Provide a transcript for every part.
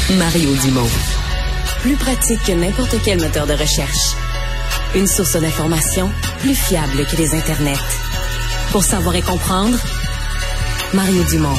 Mario Dumont. Plus pratique que n'importe quel moteur de recherche. Une source d'information plus fiable que les internets. Pour savoir et comprendre, Mario Dumont.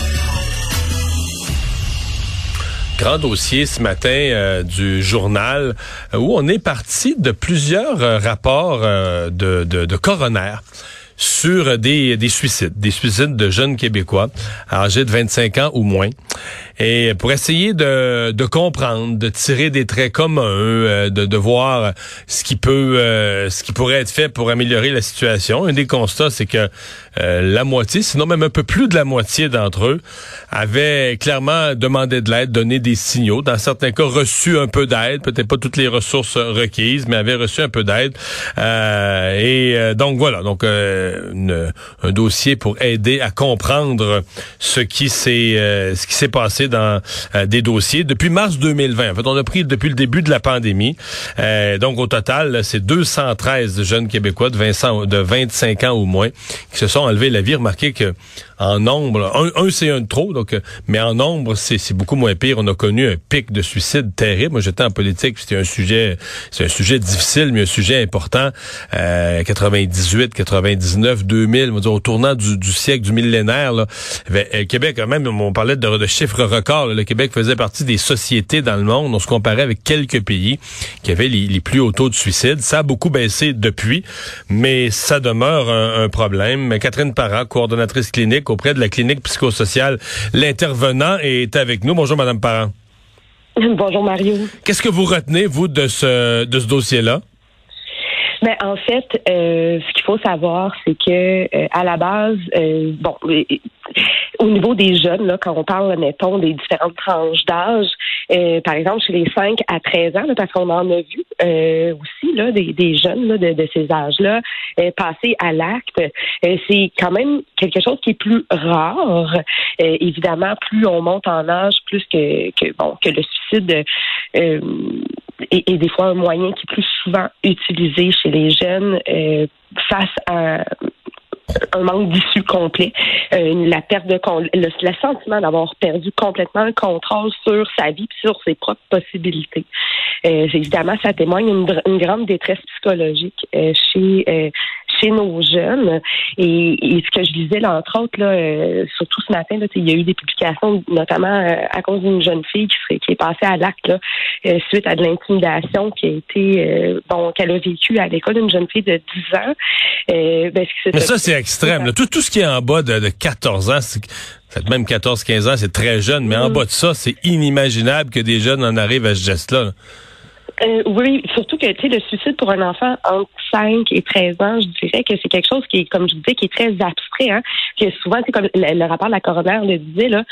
Grand dossier ce matin du journal où on est parti de plusieurs rapports de coroner sur des suicides de jeunes Québécois âgés de 25 ans ou moins. Et pour essayer de comprendre, de tirer des traits communs, de voir ce qui pourrait être fait pour améliorer la situation. Un des constats, c'est que la moitié, sinon même un peu plus de la moitié d'entre eux, avaient clairement demandé de l'aide, donné des signaux. Dans certains cas, reçu un peu d'aide, peut-être pas toutes les ressources requises, mais avaient reçu un peu d'aide. Donc voilà, un dossier pour aider à comprendre ce qui s'est passé dans des dossiers depuis mars 2020. En fait, on a pris depuis le début de la pandémie. Donc, au total, là, c'est 213 jeunes Québécois de 25 ans ou moins qui se sont enlevés la vie. Remarquez que en nombre, un c'est un de trop, donc, mais en nombre, c'est beaucoup moins pire. On a connu un pic de suicide terrible. Moi, j'étais en politique, c'est un sujet difficile, mais un sujet important. 98, 99, 2000, on va dire, au tournant du siècle, du millénaire, là, Québec, quand même, on parlait de chiffres records. Là, le Québec faisait partie des sociétés dans le monde. On se comparait avec quelques pays qui avaient les plus hauts taux de suicide. Ça a beaucoup baissé depuis, mais ça demeure un problème. Catherine Parent, coordonnatrice clinique auprès de la clinique psychosociale, l'intervenant est avec nous. Bonjour, Madame Parent. Bonjour, Mario. Qu'est-ce que vous retenez, vous, de ce dossier-là? Ben, en fait, ce qu'il faut savoir, c'est que à la base, au niveau des jeunes, là, quand on parle, mettons, des différentes tranches d'âge, par exemple, chez les 5 à 13 ans, là, parce qu'on en a vu aussi là, des jeunes là, de ces âges-là passer à l'acte, c'est quand même quelque chose qui est plus rare. Évidemment, plus on monte en âge, plus que le suicide est des fois un moyen qui est plus souvent utilisé chez les jeunes face à un manque d'issue complet, la perte de le sentiment d'avoir perdu complètement le contrôle sur sa vie et sur ses propres possibilités. Évidemment, ça témoigne une grande détresse psychologique chez nos jeunes. Et ce que je disais là, entre autres, là, surtout ce matin, là, il y a eu des publications, notamment à cause d'une jeune fille qui est passée à l'acte là, suite à de l'intimidation qui a été qu'elle a vécu à l'école, une jeune fille de 10 ans. Mais ça, c'est extrême. Là. Tout ce qui est en bas de 14 ans, même 14-15 ans, c'est très jeune, mais en bas de ça, c'est inimaginable que des jeunes en arrivent à ce geste-là. Là. Oui, surtout que tu sais, le suicide pour un enfant entre 5 et 13 ans, je dirais que c'est quelque chose qui est, comme je vous disais, qui est très abstrait. Hein, que souvent, c'est comme le rapport de la coroner le disait, là,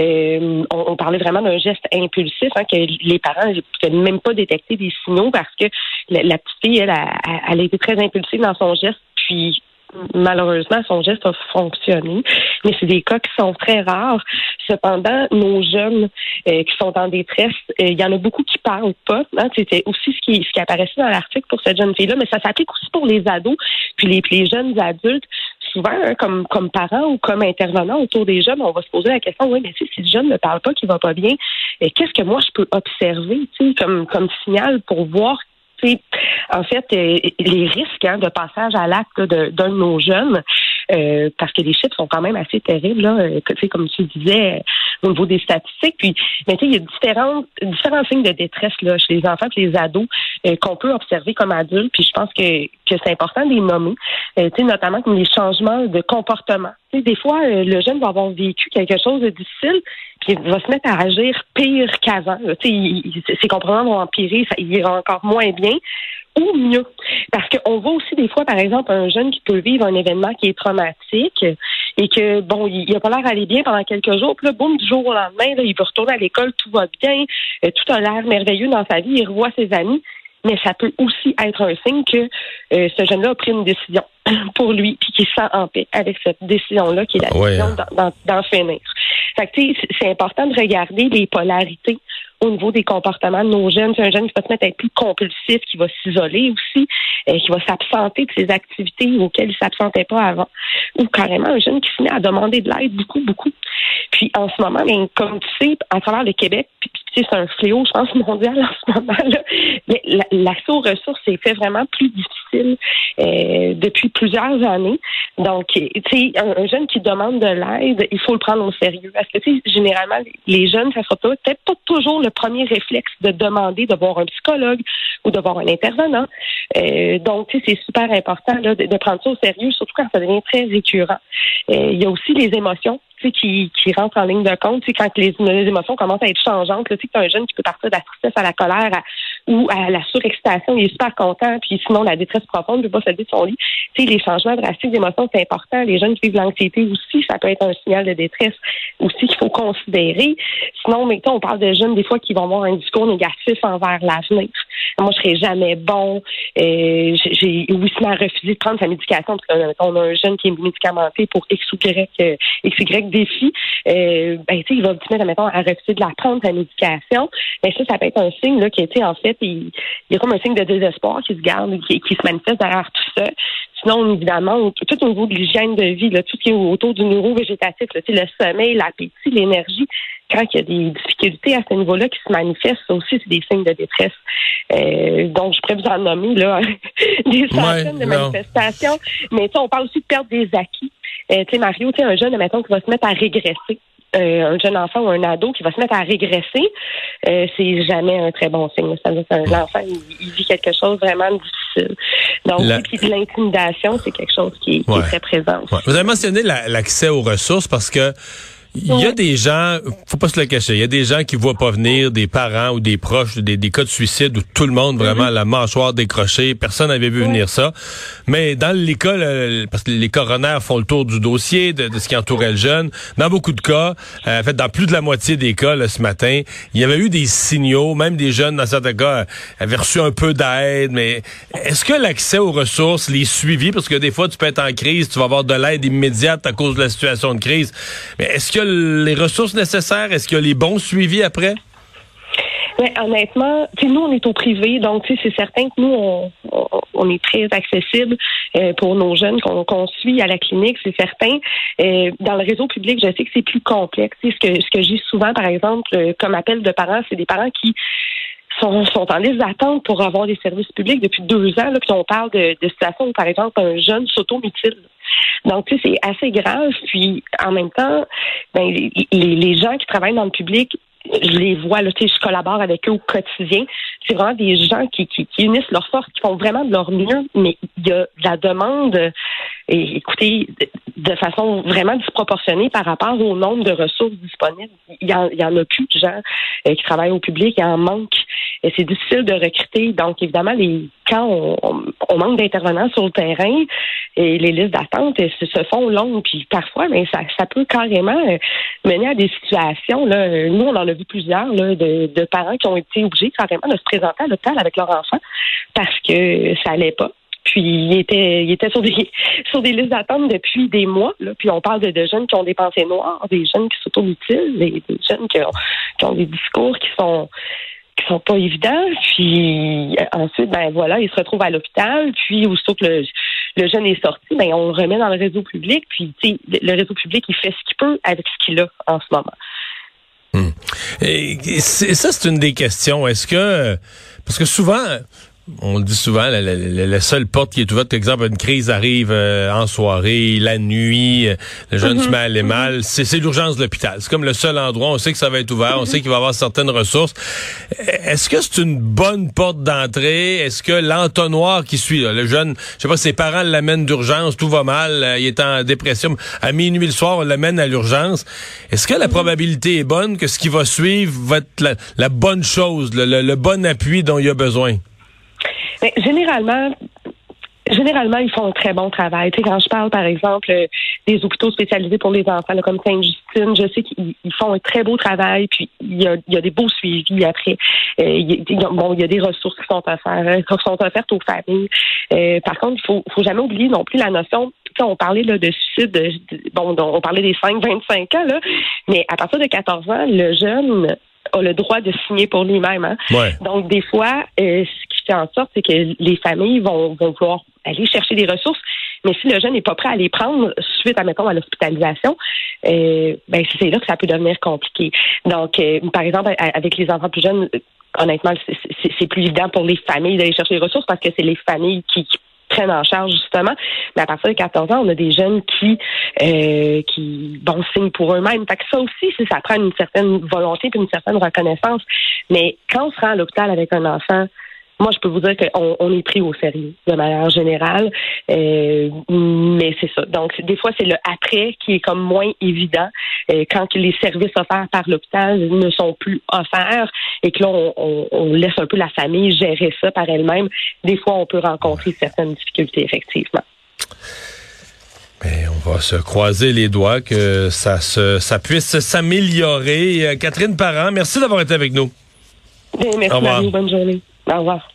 on parlait vraiment d'un geste impulsif, hein, que les parents ne pouvaient même pas détecter des signaux parce que la petite fille, elle a été très impulsive dans son geste, puis malheureusement, son geste a fonctionné, mais c'est des cas qui sont très rares. Cependant, nos jeunes qui sont en détresse, il y en a beaucoup qui parlent pas. Hein. C'était aussi ce qui apparaissait dans l'article pour cette jeune fille-là, mais ça s'applique aussi pour les ados, puis les jeunes adultes. Souvent, hein, comme parents ou comme intervenants autour des jeunes, on va se poser la question, oui, mais si le jeune ne parle pas, qu'il va pas bien, qu'est-ce que moi je peux observer comme signal pour voir en fait, les risques de passage à l'acte d'un de nos jeunes, parce que les chiffres sont quand même assez terribles, là, comme tu disais, au niveau des statistiques. Puis, mais il y a différents signes de détresse là, chez les enfants et les ados qu'on peut observer comme adultes. Puis, je pense que c'est important de les nommer, notamment comme les changements de comportement. Des fois, le jeune va avoir vécu quelque chose de difficile, puis il va se mettre à agir pire qu'avant. Ses comportements vont empirer, il ira encore moins bien ou mieux. Parce qu'on voit aussi des fois, par exemple, un jeune qui peut vivre un événement qui est traumatique et que, il a pas l'air d'aller bien pendant quelques jours, puis là, boum, du jour au lendemain, là, il veut retourner à l'école, tout va bien, tout a l'air merveilleux dans sa vie, il revoit ses amis. Mais ça peut aussi être un signe que ce jeune-là a pris une décision. pour lui, puis qu'il se sent en paix avec cette décision-là, qui est la décision d'en finir. Fait que, tu sais, c'est important de regarder les polarités au niveau des comportements de nos jeunes. C'est un jeune qui va se mettre à être plus compulsif, qui va s'isoler aussi, qui va s'absenter de ses activités auxquelles il s'absentait pas avant. Ou carrément un jeune qui se met à demander de l'aide beaucoup. Puis en ce moment, bien, comme tu sais, à travers le Québec, puis c'est un fléau, je pense, mondial en ce moment-là, l'accès aux ressources s'est fait vraiment plus difficile depuis plusieurs années. Donc, tu sais, un jeune qui demande de l'aide, il faut le prendre au sérieux. Parce que, tu sais, généralement, les jeunes, ça sera peut-être pas toujours le premier réflexe de demander de voir un psychologue ou de voir un intervenant. Donc, tu sais, c'est super important là, de prendre ça au sérieux, surtout quand ça devient très récurrent. Il y a aussi les émotions qui rentrent en ligne de compte. Quand les émotions commencent à être changeantes, tu sais, que tu as un jeune qui peut partir de la tristesse à la colère ou à la surexcitation, il est super content, puis sinon la détresse profonde, il ne peut pas se lever de son lit. Tu sais, les changements drastiques d'émotions, c'est important. Les jeunes qui vivent l'anxiété aussi, ça peut être un signal de détresse aussi qu'il faut considérer. Sinon, mettons, on parle de jeunes des fois qui vont avoir un discours négatif envers l'avenir. Moi, je serai jamais bon. J'ai refusé de prendre sa médication parce que on a un jeune qui est médicamenté pour X ou Y défi. Ben, tu sais, il va se mettre, mettons, à refuser de la prendre sa médication. Mais ça peut être un signe là, qui, tu sais, en fait, il y a comme un signe de désespoir qui se garde, qui se manifeste derrière tout ça. Sinon, évidemment, tout au niveau de l'hygiène de vie, là, tout ce qui est autour du neurovégétatif, là, le sommeil, l'appétit, l'énergie, quand il y a des difficultés à ce niveau-là qui se manifestent, ça aussi, c'est des signes de détresse. Donc, je pourrais vous en nommer là, des centaines de manifestations. Mais on parle aussi de perdre des acquis. Tu sais, Mario, tu sais, un jeune, mettons, qui va se mettre à régresser. Un jeune enfant ou un ado qui va se mettre à régresser, c'est jamais un très bon signe. Ça veut dire l'enfant, il vit quelque chose vraiment difficile. Donc, puis l'intimidation, c'est quelque chose qui est très présent aussi. Vous avez mentionné l'accès aux ressources parce que il y a des gens, faut pas se le cacher, il y a des gens qui voient pas venir des parents ou des proches, des cas de suicide où tout le monde vraiment la mâchoire décrochée, personne n'avait vu venir ça. Mais dans l'école, parce que les coronaires font le tour du dossier de ce qui entourait le jeune, dans beaucoup de cas, en fait dans plus de la moitié des cas là, ce matin, il y avait eu des signaux, même des jeunes dans certains cas avaient reçu un peu d'aide, mais est-ce que l'accès aux ressources, les suivis, parce que des fois tu peux être en crise, tu vas avoir de l'aide immédiate à cause de la situation de crise, mais est-ce que les ressources nécessaires? Est-ce qu'il y a les bons suivis après? Oui, honnêtement, nous, on est au privé, donc c'est certain que nous, on est très accessible pour nos jeunes qu'on suit à la clinique, c'est certain. Dans le réseau public, je sais que c'est plus complexe. Ce que j'ai souvent, par exemple, comme appel de parents, c'est des parents qui sont en liste d'attente pour avoir des services publics depuis 2 ans, là, puis on parle de situations où, par exemple, un jeune s'automutile. Donc, tu sais, c'est assez grave. Puis, en même temps, ben, les gens qui travaillent dans le public, je les vois, là, tu sais, je collabore avec eux au quotidien. C'est vraiment des gens qui unissent leurs forces, qui font vraiment de leur mieux, mais il y a de la demande, et écoutez, de façon vraiment disproportionnée par rapport au nombre de ressources disponibles. Il y en a plus de gens qui travaillent au public, il y en manque. Et c'est difficile de recruter. Donc, évidemment, quand on manque d'intervenants sur le terrain, et les listes d'attente se font longues. Puis parfois, mais ça peut carrément mener à des situations. Là, nous, on en a vu plusieurs là, de parents qui ont été obligés carrément de se présenter à l'hôpital avec leur enfant parce que ça allait pas. Puis il était sur des listes d'attente depuis des mois. Là. Puis on parle de jeunes qui ont des pensées noires, des jeunes qui s'automutilent, des jeunes qui ont des discours qui sont pas évidents. Puis ensuite, ben voilà, ils se retrouvent à l'hôpital. Puis aussitôt que le jeune est sorti, ben on le remet dans le réseau public. Puis le réseau public, il fait ce qu'il peut avec ce qu'il a en ce moment. Et ça, c'est une des questions. Est-ce que parce que souvent, on le dit souvent, la seule porte qui est ouverte, par exemple, une crise arrive en soirée, la nuit, le jeune se met à aller mal, c'est l'urgence de l'hôpital. C'est comme le seul endroit, on sait que ça va être ouvert, on sait qu'il va y avoir certaines ressources. Est-ce que c'est une bonne porte d'entrée? Est-ce que l'entonnoir qui suit, là, le jeune, je sais pas, ses parents l'amènent d'urgence, tout va mal, il est en dépression, à minuit le soir, on l'amène à l'urgence. Est-ce que la probabilité est bonne que ce qui va suivre va être la bonne chose, le bon appui dont il a besoin? Mais généralement, Généralement, ils font un très bon travail. Tu sais, quand je parle, par exemple, des hôpitaux spécialisés pour les enfants, là, comme Sainte-Justine, je sais qu'ils font un très beau travail, puis il y a des beaux suivis après. Il y a des ressources qui sont offertes aux familles. Par contre, il faut jamais oublier non plus la notion. Tu sais, on parlait là de suicide, on parlait des 5-25 ans, là, mais à partir de 14 ans, le jeune a le droit de signer pour lui-même. Hein? Ouais. Donc, des fois, ce qui fait en sorte, c'est que les familles vont vouloir aller chercher des ressources, mais si le jeune n'est pas prêt à les prendre suite à, mettons, à l'hospitalisation, c'est là que ça peut devenir compliqué. Donc, par exemple, avec les enfants plus jeunes, honnêtement, c'est plus évident pour les familles d'aller chercher des ressources parce que c'est les familles qui prennent en charge, justement. Mais à partir de 14 ans, on a des jeunes qui signent pour eux-mêmes. Fait que ça aussi, ça prend une certaine volonté et une certaine reconnaissance. Mais quand on se rend à l'hôpital avec un enfant, moi, je peux vous dire qu'on est pris au sérieux, de manière générale. Mais c'est ça. Donc, des fois, c'est le après qui est comme moins évident quand les services offerts par l'hôpital ne sont plus offerts et que là, on laisse un peu la famille gérer ça par elle-même. Des fois, on peut rencontrer certaines difficultés, effectivement. Mais on va se croiser les doigts que ça puisse s'améliorer. Catherine Parent, merci d'avoir été avec nous. Merci, Marie. Bonne journée. Au revoir.